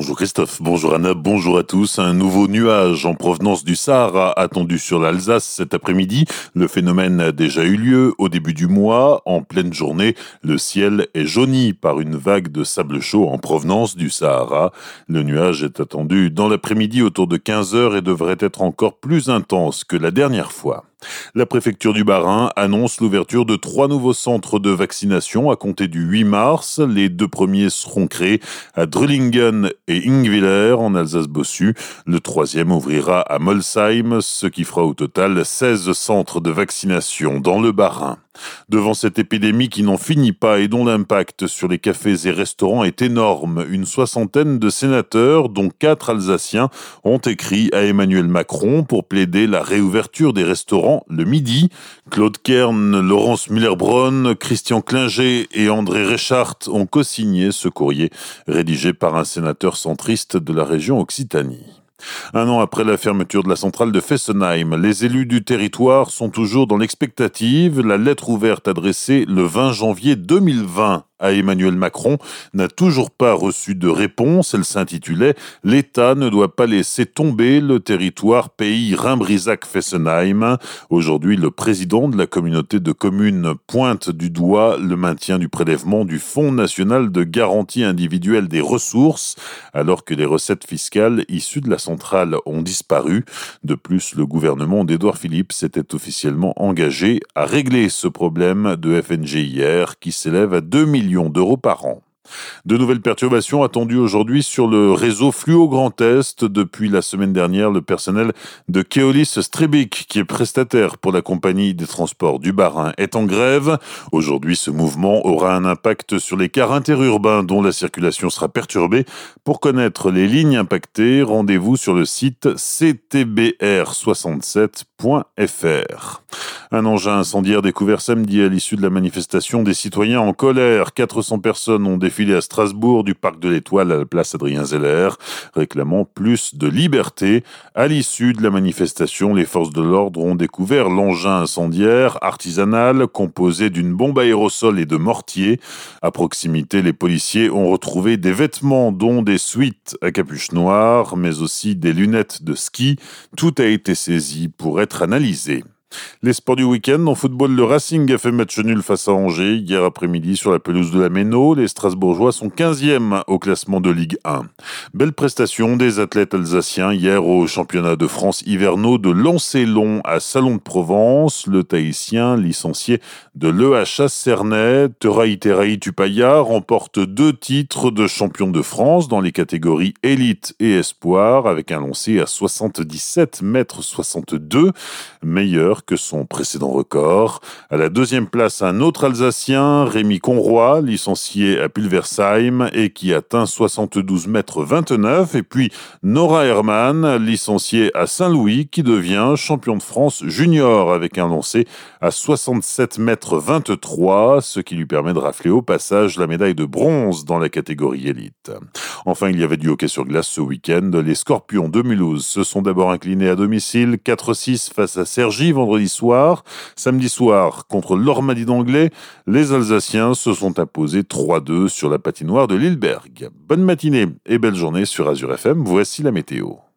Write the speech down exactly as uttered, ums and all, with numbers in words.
Bonjour Christophe, bonjour Anna, bonjour à tous. Un nouveau nuage en provenance du Sahara attendu sur l'Alsace cet après-midi. Le phénomène a déjà eu lieu au début du mois. En pleine journée, le ciel est jauni par une vague de sable chaud en provenance du Sahara. Le nuage est attendu dans l'après-midi autour de quinze heures et devrait être encore plus intense que la dernière fois. La préfecture du Bas-Rhin annonce l'ouverture de trois nouveaux centres de vaccination à compter du huit mars. Les deux premiers seront créés à Drüllingen et Ingwiller en Alsace-Bossu. Le troisième ouvrira à Molsheim, ce qui fera au total seize centres de vaccination dans le Bas-Rhin. Devant cette épidémie qui n'en finit pas et dont l'impact sur les cafés et restaurants est énorme, une soixantaine de sénateurs, dont quatre Alsaciens, ont écrit à Emmanuel Macron pour plaider la réouverture des restaurants le midi. Claude Kern, Laurence Muller-Bronn, Christian Klinger et André Reichardt ont co-signé ce courrier rédigé par un sénateur centriste de la région Occitanie. Un an après la fermeture de la centrale de Fessenheim, les élus du territoire sont toujours dans l'expectative. La lettre ouverte adressée le vingt janvier deux mille vingt à Emmanuel Macron n'a toujours pas reçu de réponse. Elle s'intitulait « L'État ne doit pas laisser tomber le territoire pays Rhin-Brisach-Fessenheim ». Aujourd'hui, le président de la communauté de communes pointe du doigt le maintien du prélèvement du Fonds national de garantie individuelle des ressources, alors que les recettes fiscales issues de la centrale ont disparu. De plus, le gouvernement d'Édouard Philippe s'était officiellement engagé à régler ce problème de F N G I R qui s'élève à deux millions d'euros par an. De nouvelles perturbations attendues aujourd'hui sur le réseau Fluo Grand Est. Depuis la semaine dernière, le personnel de Keolis Strebik, qui est prestataire pour la compagnie des transports du Bas-Rhin, est en grève. Aujourd'hui, ce mouvement aura un impact sur les cars interurbains dont la circulation sera perturbée. Pour connaître les lignes impactées, rendez-vous sur le site c t b r soixante-sept point f r. Un engin incendiaire découvert samedi à l'issue de la manifestation des citoyens en colère. quatre cents personnes ont défilé à Strasbourg du Parc de l'Étoile à la place Adrien Zeller, réclamant plus de liberté. À l'issue de la manifestation, les forces de l'ordre ont découvert l'engin incendiaire artisanal composé d'une bombe aérosol et de mortier. À proximité, les policiers ont retrouvé des vêtements dont des suites à capuche noire, mais aussi des lunettes de ski. Tout a été saisi pour être analysé. Les sports du week-end. En football, le Racing a fait match nul face à Angers hier après-midi sur la pelouse de la Méno. Les Strasbourgeois sont quinzième au classement de Ligue un. Belle prestation des athlètes alsaciens hier au championnat de France hivernaux de Lançay-Long à Salon de Provence. Le Tahitien, licencié de l'E H A Cernay, Teraï Teraï Tupaya, remporte deux titres de champion de France dans les catégories élite et espoir avec un lancé à soixante-dix-sept mètres soixante-deux, meilleur que son précédent record. À la deuxième place, un autre Alsacien, Rémi Conroy, licencié à Pulversheim et qui atteint soixante-douze mètres vingt-neuf. Et puis Nora Hermann, licenciée à Saint-Louis, qui devient champion de France junior avec un lancé à soixante-sept mètres vingt-trois, ce qui lui permet de rafler au passage la médaille de bronze dans la catégorie élite. Enfin, il y avait du hockey sur glace ce week-end. Les Scorpions de Mulhouse se sont d'abord inclinés à domicile quatre six face à Cergy vendredi soir. Samedi soir, contre l'Ormadi d'Anglais, les Alsaciens se sont imposés trois deux sur la patinoire de Lilleberg. Bonne matinée et belle journée sur Azure F M. Voici la météo.